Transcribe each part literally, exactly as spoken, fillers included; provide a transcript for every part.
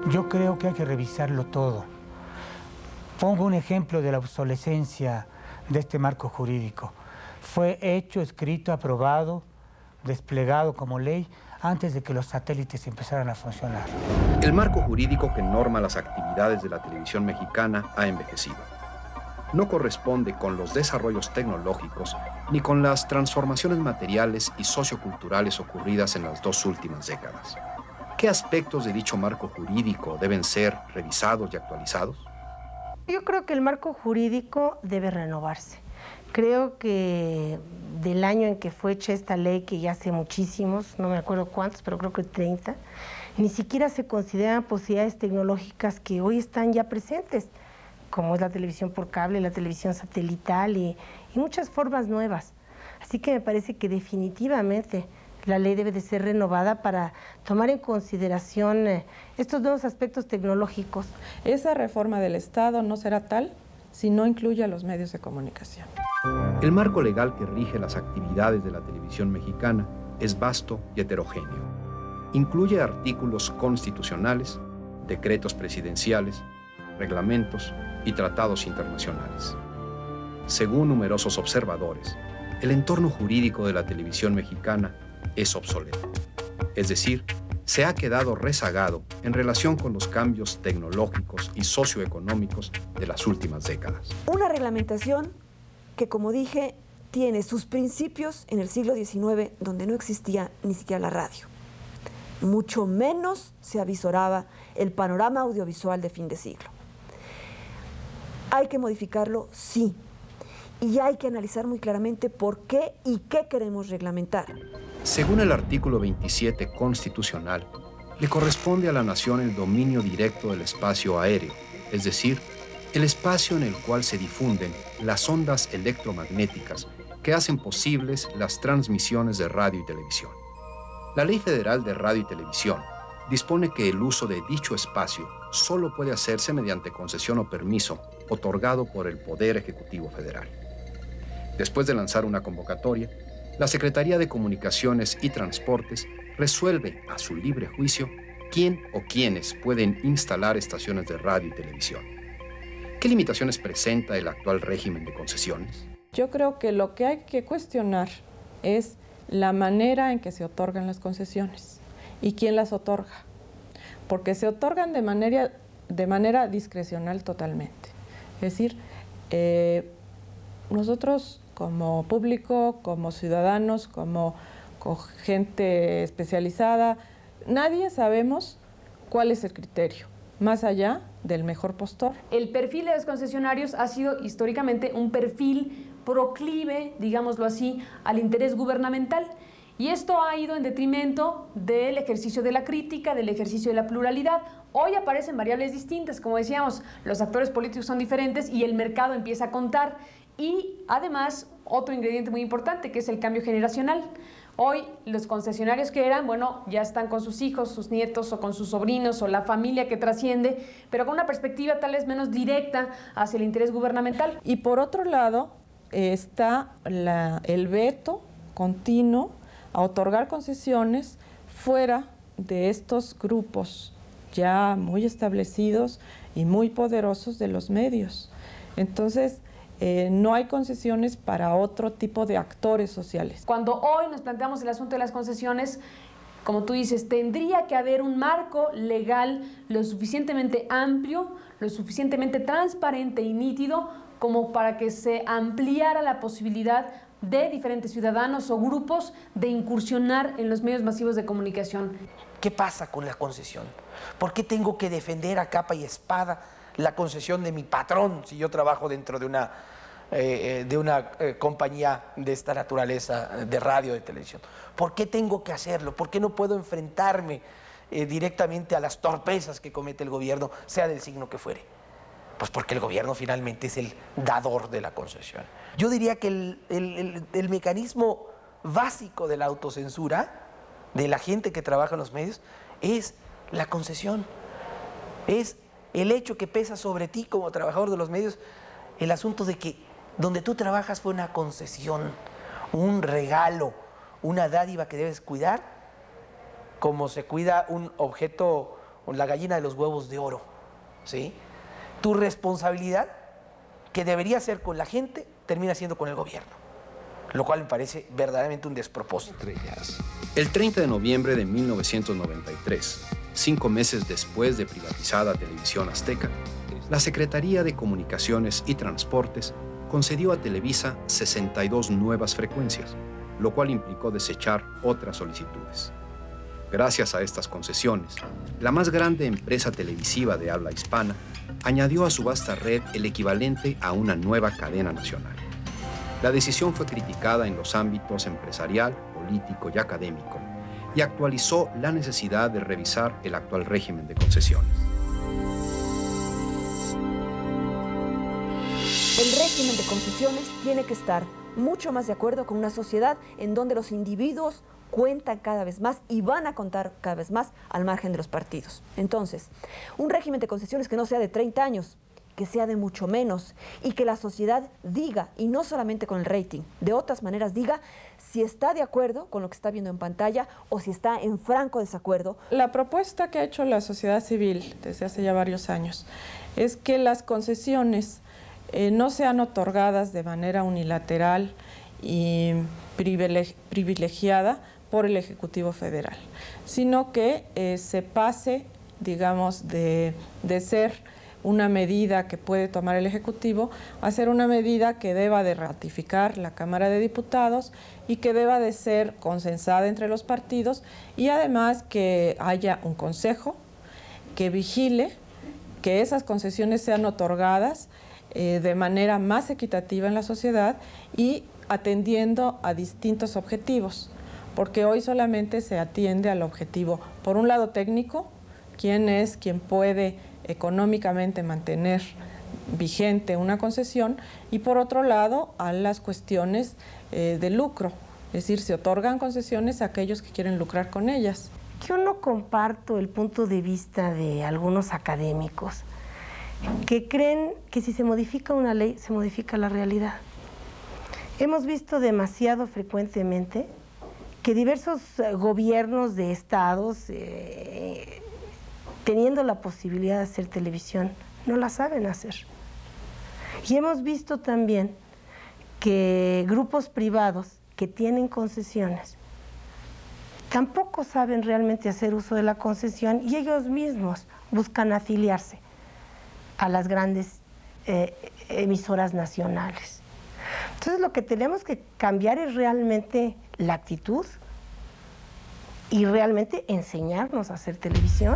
Yo creo que hay que revisarlo todo. Pongo un ejemplo de la obsolescencia de este marco jurídico. Fue hecho, escrito, aprobado, desplegado como ley antes de que los satélites empezaran a funcionar. El marco jurídico que norma las actividades de la televisión mexicana ha envejecido. No corresponde con los desarrollos tecnológicos ni con las transformaciones materiales y socioculturales ocurridas en las dos últimas décadas. ¿Qué aspectos de dicho marco jurídico deben ser revisados y actualizados? Yo creo que el marco jurídico debe renovarse. Creo que del año en que fue hecha esta ley, que ya hace muchísimos, no me acuerdo cuántos, pero creo que treinta, ni siquiera se consideran posibilidades tecnológicas que hoy están ya presentes, como es la televisión por cable, la televisión satelital y, y muchas formas nuevas. Así que me parece que definitivamente la ley debe de ser renovada para tomar en consideración eh, estos nuevos aspectos tecnológicos. Esa reforma del Estado no será tal si no incluye a los medios de comunicación. El marco legal que rige las actividades de la televisión mexicana es vasto y heterogéneo. Incluye artículos constitucionales, decretos presidenciales, reglamentos y tratados internacionales. Según numerosos observadores, el entorno jurídico de la televisión mexicana es obsoleto. Es decir, se ha quedado rezagado en relación con los cambios tecnológicos y socioeconómicos de las últimas décadas. Una reglamentación que, como dije, tiene sus principios en el siglo diecinueve, donde no existía ni siquiera la radio. Mucho menos se avisoraba el panorama audiovisual de fin de siglo. ¿Hay que modificarlo? Sí. Y hay que analizar muy claramente por qué y qué queremos reglamentar. Según el artículo veintisiete constitucional, le corresponde a la nación el dominio directo del espacio aéreo, es decir, el espacio en el cual se difunden las ondas electromagnéticas que hacen posibles las transmisiones de radio y televisión. La Ley Federal de Radio y Televisión dispone que el uso de dicho espacio solo puede hacerse mediante concesión o permiso otorgado por el Poder Ejecutivo Federal. Después de lanzar una convocatoria, la Secretaría de Comunicaciones y Transportes resuelve a su libre juicio quién o quiénes pueden instalar estaciones de radio y televisión. ¿Qué limitaciones presenta el actual régimen de concesiones? Yo creo que lo que hay que cuestionar es la manera en que se otorgan las concesiones y quién las otorga, porque se otorgan de manera, de manera discrecional totalmente. Es decir, eh, nosotros como público, como ciudadanos, como, como gente especializada, nadie sabemos cuál es el criterio, más allá del mejor postor. El perfil de los concesionarios ha sido históricamente un perfil proclive, digámoslo así, al interés gubernamental. Y esto ha ido en detrimento del ejercicio de la crítica, del ejercicio de la pluralidad. Hoy aparecen variables distintas, como decíamos, los actores políticos son diferentes y el mercado empieza a contar. Y además, otro ingrediente muy importante, que es el cambio generacional. Hoy los concesionarios que eran, bueno, ya están con sus hijos, sus nietos o con sus sobrinos o la familia que trasciende, pero con una perspectiva tal vez menos directa hacia el interés gubernamental. Y por otro lado está la, el veto continuo a otorgar concesiones fuera de estos grupos ya muy establecidos y muy poderosos de los medios. Entonces, Eh, no hay concesiones para otro tipo de actores sociales. Cuando hoy nos planteamos el asunto de las concesiones, como tú dices, tendría que haber un marco legal lo suficientemente amplio, lo suficientemente transparente y nítido como para que se ampliara la posibilidad de diferentes ciudadanos o grupos de incursionar en los medios masivos de comunicación. ¿Qué pasa con la concesión? ¿Por qué tengo que defender a capa y espada la concesión de mi patrón si yo trabajo dentro de una, eh, de una eh, compañía de esta naturaleza, de radio, de televisión? ¿Por qué tengo que hacerlo? ¿Por qué no puedo enfrentarme eh, directamente a las torpezas que comete el gobierno, sea del signo que fuere? Pues porque el gobierno finalmente es el dador de la concesión. Yo diría que el, el, el, el mecanismo básico de la autocensura de la gente que trabaja en los medios es la concesión. Es el hecho que pesa sobre ti como trabajador de los medios, el asunto de que donde tú trabajas fue una concesión, un regalo, una dádiva que debes cuidar, como se cuida un objeto, la gallina de los huevos de oro, ¿sí? Tu responsabilidad, que debería ser con la gente, termina siendo con el gobierno, lo cual me parece verdaderamente un despropósito. El treinta de noviembre de mil novecientos noventa y tres, cinco meses después de privatizada Televisión Azteca, la Secretaría de Comunicaciones y Transportes concedió a Televisa sesenta y dos nuevas frecuencias, lo cual implicó desechar otras solicitudes. Gracias a estas concesiones, la más grande empresa televisiva de habla hispana añadió a su vasta red el equivalente a una nueva cadena nacional. La decisión fue criticada en los ámbitos empresarial, político y académico, y actualizó la necesidad de revisar el actual régimen de concesiones. El régimen de concesiones tiene que estar mucho más de acuerdo con una sociedad en donde los individuos cuentan cada vez más y van a contar cada vez más al margen de los partidos. Entonces, un régimen de concesiones que no sea de treinta años, que sea de mucho menos, y que la sociedad diga, y no solamente con el rating, de otras maneras diga si está de acuerdo con lo que está viendo en pantalla o si está en franco desacuerdo. La propuesta que ha hecho la sociedad civil desde hace ya varios años es que las concesiones eh, no sean otorgadas de manera unilateral y privilegi- privilegiada por el Ejecutivo Federal, sino que eh, se pase, digamos, de, de ser una medida que puede tomar el Ejecutivo a ser una medida que deba de ratificar la Cámara de Diputados y que deba de ser consensada entre los partidos, y además que haya un consejo que vigile que esas concesiones sean otorgadas eh, de manera más equitativa en la sociedad y atendiendo a distintos objetivos, porque hoy solamente se atiende al objetivo, por un lado técnico, quién es quien puede económicamente mantener vigente una concesión, y por otro lado a las cuestiones eh, de lucro, es decir, se otorgan concesiones a aquellos que quieren lucrar con ellas. Yo no comparto el punto de vista de algunos académicos que creen que si se modifica una ley, se modifica la realidad. Hemos visto demasiado frecuentemente que diversos eh, gobiernos de estados, eh, teniendo la posibilidad de hacer televisión, no la saben hacer. Y hemos visto también que grupos privados que tienen concesiones tampoco saben realmente hacer uso de la concesión, y ellos mismos buscan afiliarse a las grandes eh, emisoras nacionales. Entonces lo que tenemos que cambiar es realmente la actitud y realmente enseñarnos a hacer televisión.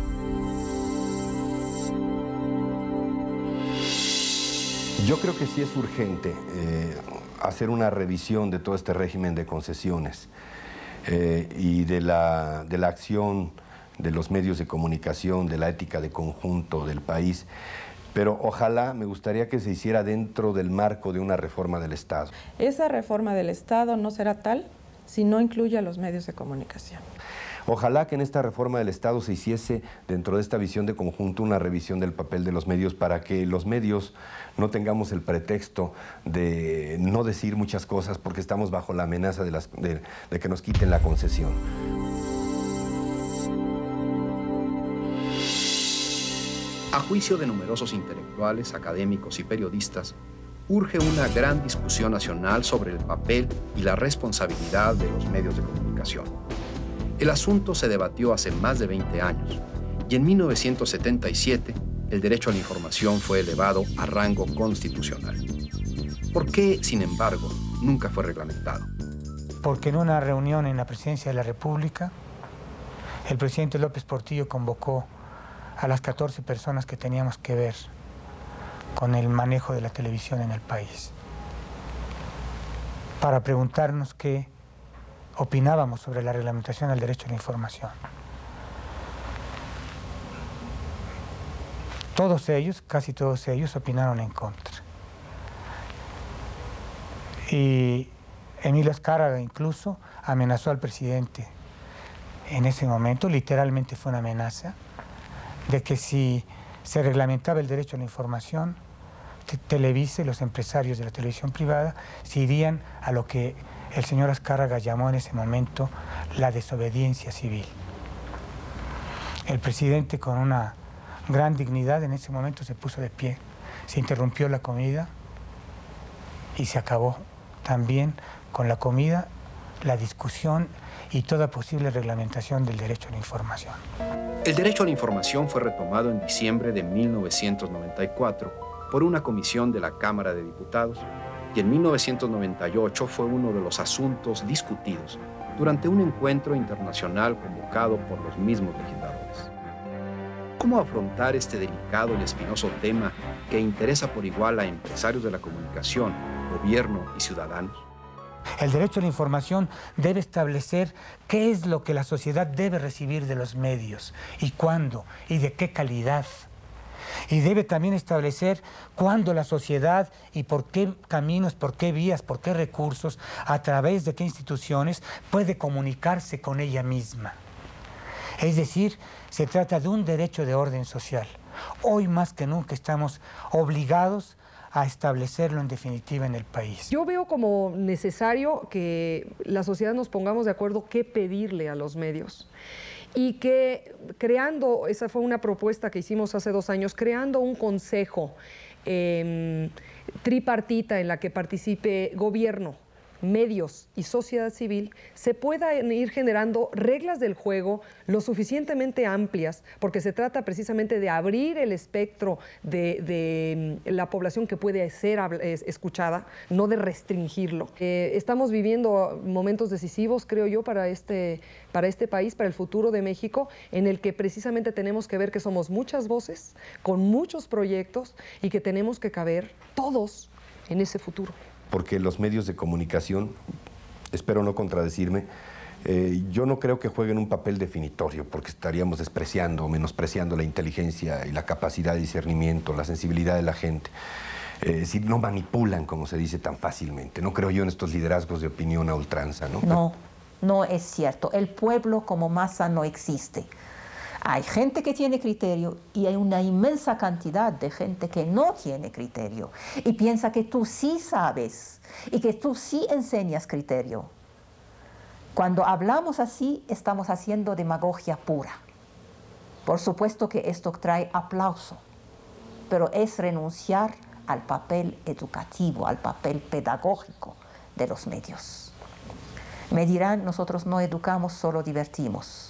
Yo creo que sí es urgente eh, hacer una revisión de todo este régimen de concesiones eh, y de la, de la acción de los medios de comunicación, de la ética de conjunto del país, pero ojalá, me gustaría que se hiciera dentro del marco de una reforma del Estado. Esa reforma del Estado no será tal si no incluye a los medios de comunicación. Ojalá que en esta reforma del Estado se hiciese, dentro de esta visión de conjunto, una revisión del papel de los medios para que los medios no tengamos el pretexto de no decir muchas cosas porque estamos bajo la amenaza de, las, de, de que nos quiten la concesión. A juicio de numerosos intelectuales, académicos y periodistas, urge una gran discusión nacional sobre el papel y la responsabilidad de los medios de comunicación. El asunto se debatió hace más de veinte años y en mil novecientos setenta y siete el derecho a la información fue elevado a rango constitucional. ¿Por qué, sin embargo, nunca fue reglamentado? Porque en una reunión en la Presidencia de la República, el presidente López Portillo convocó a las catorce personas que teníamos que ver con el manejo de la televisión en el país, para preguntarnos qué opinábamos sobre la reglamentación del derecho a la información. Todos ellos, casi todos ellos, opinaron en contra. Y Emilio Azcárraga incluso amenazó al presidente en ese momento, literalmente fue una amenaza, de que si se reglamentaba el derecho a la información, Televisa y los empresarios de la televisión privada se irían a lo que el señor Azcárraga llamó en ese momento la desobediencia civil. El presidente, con una gran dignidad, en ese momento se puso de pie, se interrumpió la comida y se acabó también con la comida, la discusión y toda posible reglamentación del derecho a la información. El derecho a la información fue retomado en diciembre de mil novecientos noventa y cuatro por una comisión de la Cámara de Diputados y en mil novecientos noventa y ocho fue uno de los asuntos discutidos durante un encuentro internacional convocado por los mismos legisladores. ¿Cómo afrontar este delicado y espinoso tema que interesa por igual a empresarios de la comunicación, gobierno y ciudadanos? El derecho a la información debe establecer qué es lo que la sociedad debe recibir de los medios y cuándo y de qué calidad. Y debe también establecer cuándo la sociedad y por qué caminos, por qué vías, por qué recursos, a través de qué instituciones puede comunicarse con ella misma. Es decir, se trata de un derecho de orden social. Hoy más que nunca estamos obligados a establecerlo en definitiva en el país. Yo veo como necesario que la sociedad nos pongamos de acuerdo qué pedirle a los medios y que creando, esa fue una propuesta que hicimos hace dos años, creando un consejo eh, tripartita en la que participe gobierno, medios y sociedad civil, se puedan ir generando reglas del juego lo suficientemente amplias, porque se trata precisamente de abrir el espectro de, de la población que puede ser escuchada, no de restringirlo. Eh, estamos viviendo momentos decisivos, creo yo, para este, para este país, para el futuro de México, en el que precisamente tenemos que ver que somos muchas voces, con muchos proyectos, y que tenemos que caber todos en ese futuro. Porque los medios de comunicación, espero no contradecirme, eh, yo no creo que jueguen un papel definitorio, porque estaríamos despreciando o menospreciando la inteligencia y la capacidad de discernimiento, la sensibilidad de la gente. Eh, si no manipulan, como se dice tan fácilmente. No creo yo en estos liderazgos de opinión a ultranza, ¿no? No, no es cierto. El pueblo como masa no existe. Hay gente que tiene criterio y hay una inmensa cantidad de gente que no tiene criterio y piensa que tú sí sabes y que tú sí enseñas criterio. Cuando hablamos así, estamos haciendo demagogia pura. Por supuesto que esto trae aplauso, pero es renunciar al papel educativo, al papel pedagógico de los medios. Me dirán, nosotros no educamos, solo divertimos.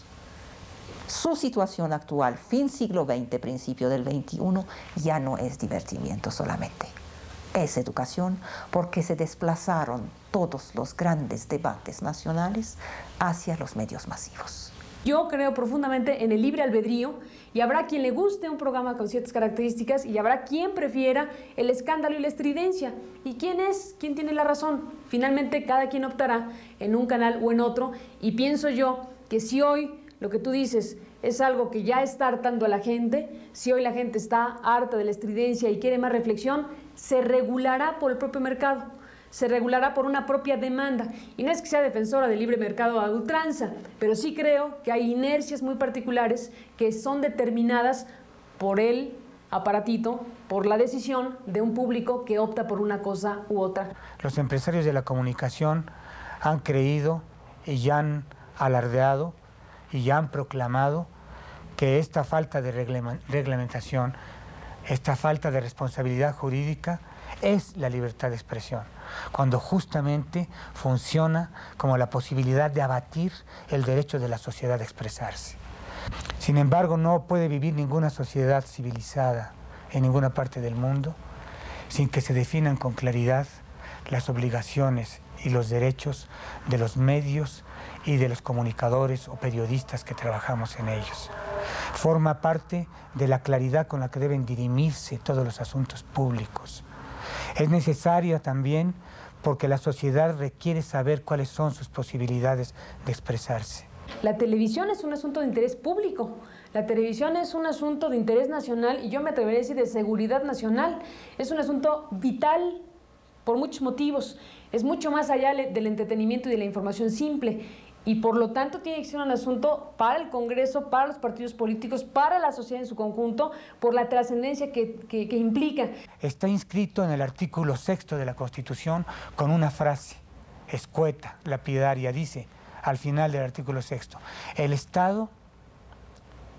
Su situación actual, fin siglo veinte, principio del veintiuno, ya no es divertimiento solamente. Es educación, porque se desplazaron todos los grandes debates nacionales hacia los medios masivos. Yo creo profundamente en el libre albedrío y habrá quien le guste un programa con ciertas características y habrá quien prefiera el escándalo y la estridencia. ¿Y quién es? ¿Quién tiene la razón? Finalmente cada quien optará en un canal o en otro, y pienso yo que si hoy lo que tú dices es algo que ya está hartando a la gente, si hoy la gente está harta de la estridencia y quiere más reflexión, se regulará por el propio mercado, se regulará por una propia demanda. Y no es que sea defensora del libre mercado a ultranza, pero sí creo que hay inercias muy particulares que son determinadas por el aparatito, por la decisión de un público que opta por una cosa u otra. Los empresarios de la comunicación han creído y ya han alardeado y ya han proclamado que esta falta de reglamentación, esta falta de responsabilidad jurídica es la libertad de expresión, cuando justamente funciona como la posibilidad de abatir el derecho de la sociedad a expresarse. Sin embargo, no puede vivir ninguna sociedad civilizada en ninguna parte del mundo sin que se definan con claridad las obligaciones y los derechos de los medios y de los comunicadores o periodistas que trabajamos en ellos. Forma parte de la claridad con la que deben dirimirse todos los asuntos públicos. Es necesaria también porque la sociedad requiere saber cuáles son sus posibilidades de expresarse. La televisión es un asunto de interés público. La televisión es un asunto de interés nacional y yo me atrevería a decir de seguridad nacional. Es un asunto vital por muchos motivos. Es mucho más allá del entretenimiento y de la información simple. Y por lo tanto tiene que ser un asunto para el Congreso, para los partidos políticos, para la sociedad en su conjunto, por la trascendencia que, que, que implica. Está inscrito en el artículo sexto de la Constitución con una frase escueta, lapidaria, dice al final del artículo sexto: el Estado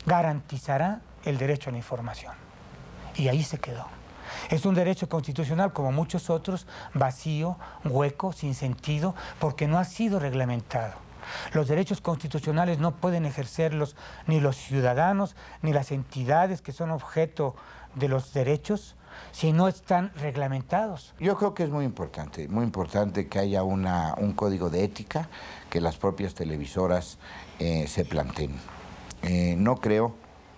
garantizará el derecho a la información. Y ahí se quedó. Es un derecho constitucional, como muchos otros, vacío, hueco, sin sentido, porque no ha sido reglamentado. Los derechos constitucionales no pueden ejercerlos ni los ciudadanos, ni las entidades que son objeto de los derechos, si no están reglamentados. Yo creo que es muy importante, muy importante que haya una, un código de ética que las propias televisoras eh, se planteen. Eh, no creo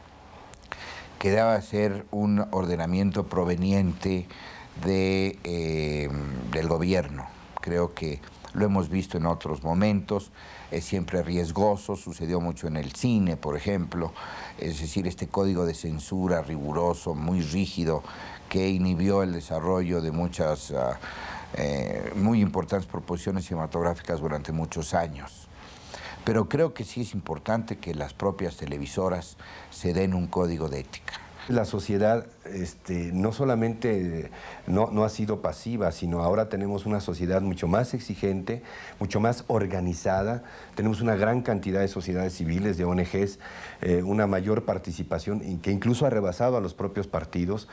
que deba ser un ordenamiento proveniente de, eh, del gobierno. Creo que lo hemos visto en otros momentos, es siempre riesgoso, sucedió mucho en el cine, por ejemplo, es decir, este código de censura riguroso, muy rígido, que inhibió el desarrollo de muchas uh, eh, muy importantes proposiciones cinematográficas durante muchos años. Pero creo que sí es importante que las propias televisoras se den un código de ética. La sociedad este, no solamente no, no ha sido pasiva, sino ahora tenemos una sociedad mucho más exigente, mucho más organizada. Tenemos una gran cantidad de sociedades civiles, de O N Ges, eh, una mayor participación que incluso ha rebasado a los propios partidos.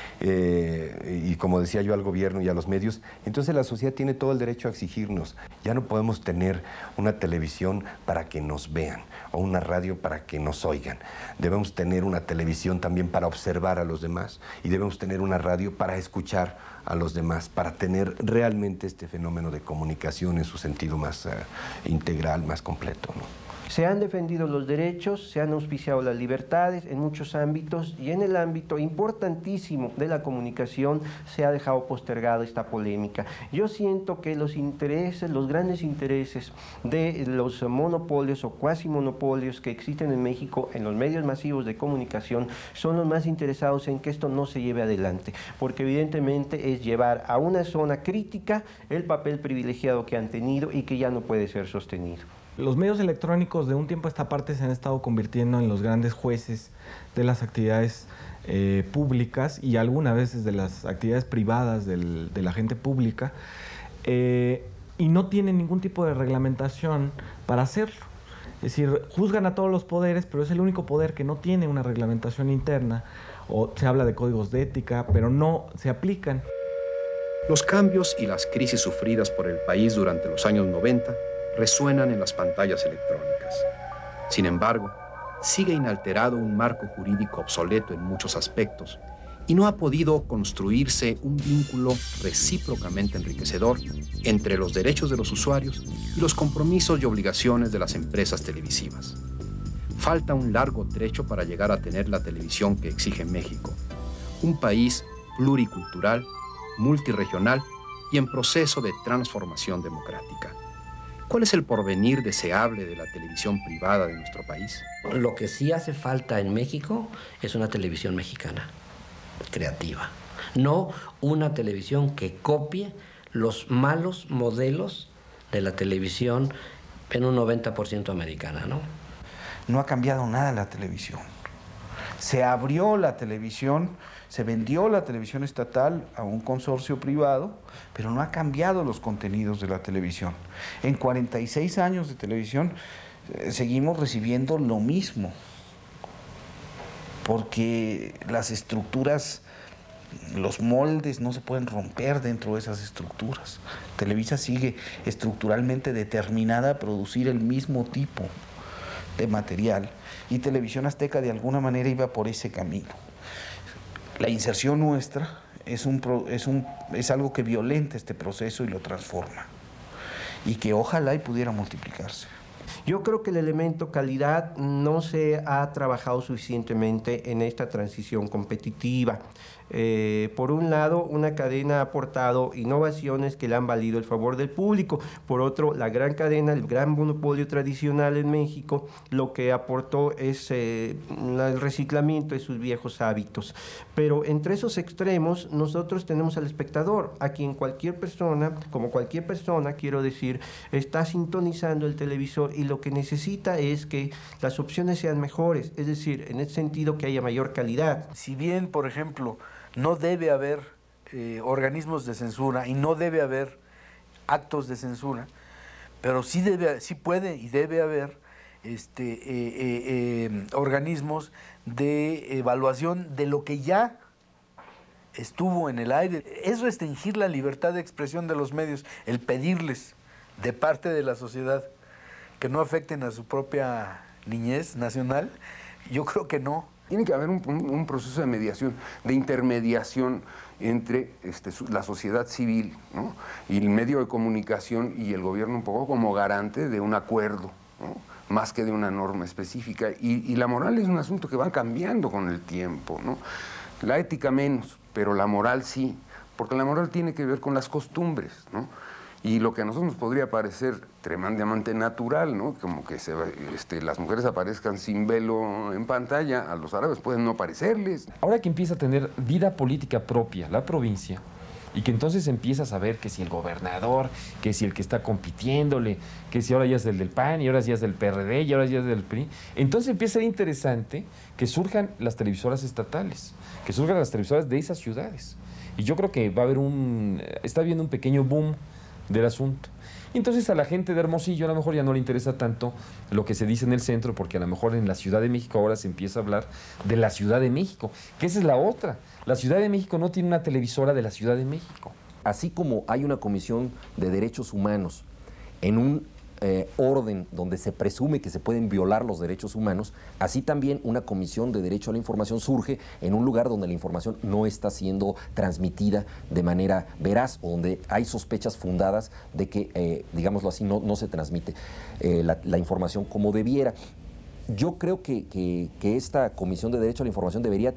Eh, y como decía yo, al gobierno y a los medios. Entonces la sociedad tiene todo el derecho a exigirnos. Ya no podemos tener una televisión para que nos vean o una radio para que nos oigan. Debemos tener una televisión también para observar a los demás y debemos tener una radio para escuchar a los demás, para tener realmente este fenómeno de comunicación en su sentido más uh, integral, más completo, ¿no? Se han defendido los derechos, se han auspiciado las libertades en muchos ámbitos y en el ámbito importantísimo de la comunicación se ha dejado postergada esta polémica. Yo siento que los intereses, los grandes intereses de los monopolios o cuasi monopolios que existen en México en los medios masivos de comunicación son los más interesados en que esto no se lleve adelante, porque evidentemente es llevar a una zona crítica el papel privilegiado que han tenido y que ya no puede ser sostenido. Los medios electrónicos de un tiempo a esta parte se han estado convirtiendo en los grandes jueces de las actividades eh, públicas y algunas veces de las actividades privadas del, de la gente pública eh, y no tienen ningún tipo de reglamentación para hacerlo. Es decir, juzgan a todos los poderes, pero es el único poder que no tiene una reglamentación interna, o se habla de códigos de ética, pero no se aplican. Los cambios y las crisis sufridas por el país durante los años noventa resuenan en las pantallas electrónicas. Sin embargo, sigue inalterado un marco jurídico obsoleto en muchos aspectos y no ha podido construirse un vínculo recíprocamente enriquecedor entre los derechos de los usuarios y los compromisos y obligaciones de las empresas televisivas. Falta un largo trecho para llegar a tener la televisión que exige México, un país pluricultural, multirregional y en proceso de transformación democrática. ¿Cuál es el porvenir deseable de la televisión privada de nuestro país? Lo que sí hace falta en México es una televisión mexicana, creativa. No una televisión que copie los malos modelos de la televisión en un noventa por ciento americana, ¿no? No ha cambiado nada la televisión. Se abrió la televisión, se vendió la televisión estatal a un consorcio privado, pero no ha cambiado los contenidos de la televisión. En cuarenta y seis años de televisión eh, seguimos recibiendo lo mismo, porque las estructuras, los moldes no se pueden romper dentro de esas estructuras. Televisa sigue estructuralmente determinada a producir el mismo tipo de material y Televisión Azteca de alguna manera iba por ese camino. La inserción nuestra es, un, es, un, es algo que violenta este proceso y lo transforma y que ojalá y pudiera multiplicarse. Yo creo que el elemento calidad no se ha trabajado suficientemente en esta transición competitiva. Eh, por un lado, una cadena ha aportado innovaciones que le han valido el favor del público. Por otro, la gran cadena, el gran monopolio tradicional en México, lo que aportó es eh, el reciclamiento de sus viejos hábitos. Pero entre esos extremos, nosotros tenemos al espectador, a quien cualquier persona, como cualquier persona, quiero decir, está sintonizando el televisor y lo que necesita es que las opciones sean mejores, es decir, en ese sentido que haya mayor calidad. Si bien, por ejemplo, no debe haber eh, organismos de censura y no debe haber actos de censura, pero sí, debe, sí puede y debe haber este, eh, eh, eh, organismos de evaluación de lo que ya estuvo en el aire. Es restringir la libertad de expresión de los medios, el pedirles de parte de la sociedad que no afecten a su propia niñez nacional. Yo creo que no. Tiene que haber un, un, un proceso de mediación, de intermediación entre este, su, la sociedad civil, ¿no?, y el medio de comunicación y el gobierno, un poco como garante de un acuerdo, ¿no?, más que de una norma específica. Y, y la moral es un asunto que va cambiando con el tiempo, ¿no? La ética menos, pero la moral sí, porque la moral tiene que ver con las costumbres, ¿no? Y lo que a nosotros nos podría parecer tremendamente natural, ¿no?, como que se, este, las mujeres aparezcan sin velo en pantalla, a los árabes pueden no parecerles. Ahora que empieza a tener vida política propia la provincia, y que entonces empieza a saber que si el gobernador, que si el que está compitiéndole, que si ahora ya es el del P A N, y ahora ya es del P R D, y ahora ya es del P R I, entonces empieza a ser interesante que surjan las televisoras estatales, que surjan las televisoras de esas ciudades. Y yo creo que va a haber un, está habiendo un pequeño boom del asunto. Y entonces a la gente de Hermosillo a lo mejor ya no le interesa tanto lo que se dice en el centro, porque a lo mejor en la Ciudad de México ahora se empieza a hablar de la Ciudad de México, que esa es la otra. La Ciudad de México no tiene una televisora de la Ciudad de México. Así como hay una Comisión de Derechos Humanos en un eh, orden donde se presume que se pueden violar los derechos humanos, así también una Comisión de Derecho a la Información surge en un lugar donde la información no está siendo transmitida de manera veraz o donde hay sospechas fundadas de que, eh, digámoslo así, no, no se transmite eh, la, la información como debiera. Yo creo que, que, que esta Comisión de Derecho a la Información debería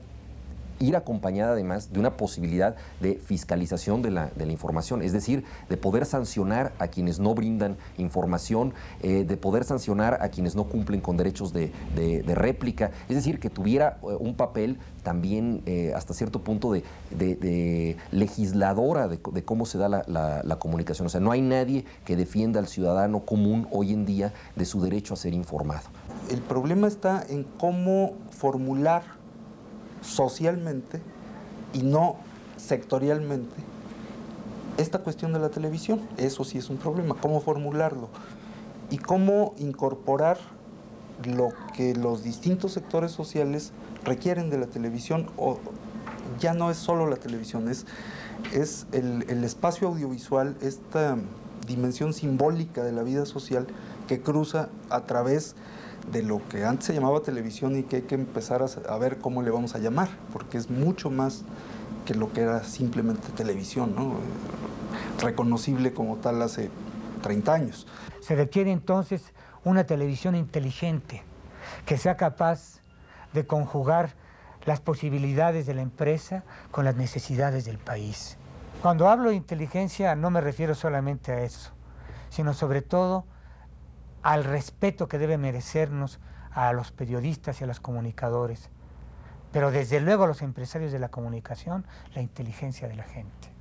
ir acompañada además de una posibilidad de fiscalización de la, de la información, es decir, de poder sancionar a quienes no brindan información, eh, de poder sancionar a quienes no cumplen con derechos de, de, de réplica, es decir, que tuviera eh, un papel también eh, hasta cierto punto de, de, de legisladora de, de cómo se da la, la, la comunicación. O sea, no hay nadie que defienda al ciudadano común hoy en día de su derecho a ser informado. El problema está en cómo formular socialmente y no sectorialmente esta cuestión de la televisión. Eso sí es un problema, cómo formularlo y cómo incorporar lo que los distintos sectores sociales requieren de la televisión. O ya no es solo la televisión, es, es el, el espacio audiovisual, esta dimensión simbólica de la vida social que cruza a través de lo que antes se llamaba televisión y que hay que empezar a, a ver cómo le vamos a llamar, porque es mucho más que lo que era simplemente televisión, ¿no?, reconocible como tal hace treinta años. Se requiere entonces una televisión inteligente, que sea capaz de conjugar las posibilidades de la empresa con las necesidades del país. Cuando hablo de inteligencia no me refiero solamente a eso, sino sobre todo al respeto que debe merecernos a los periodistas y a los comunicadores, pero desde luego a los empresarios de la comunicación, la inteligencia de la gente.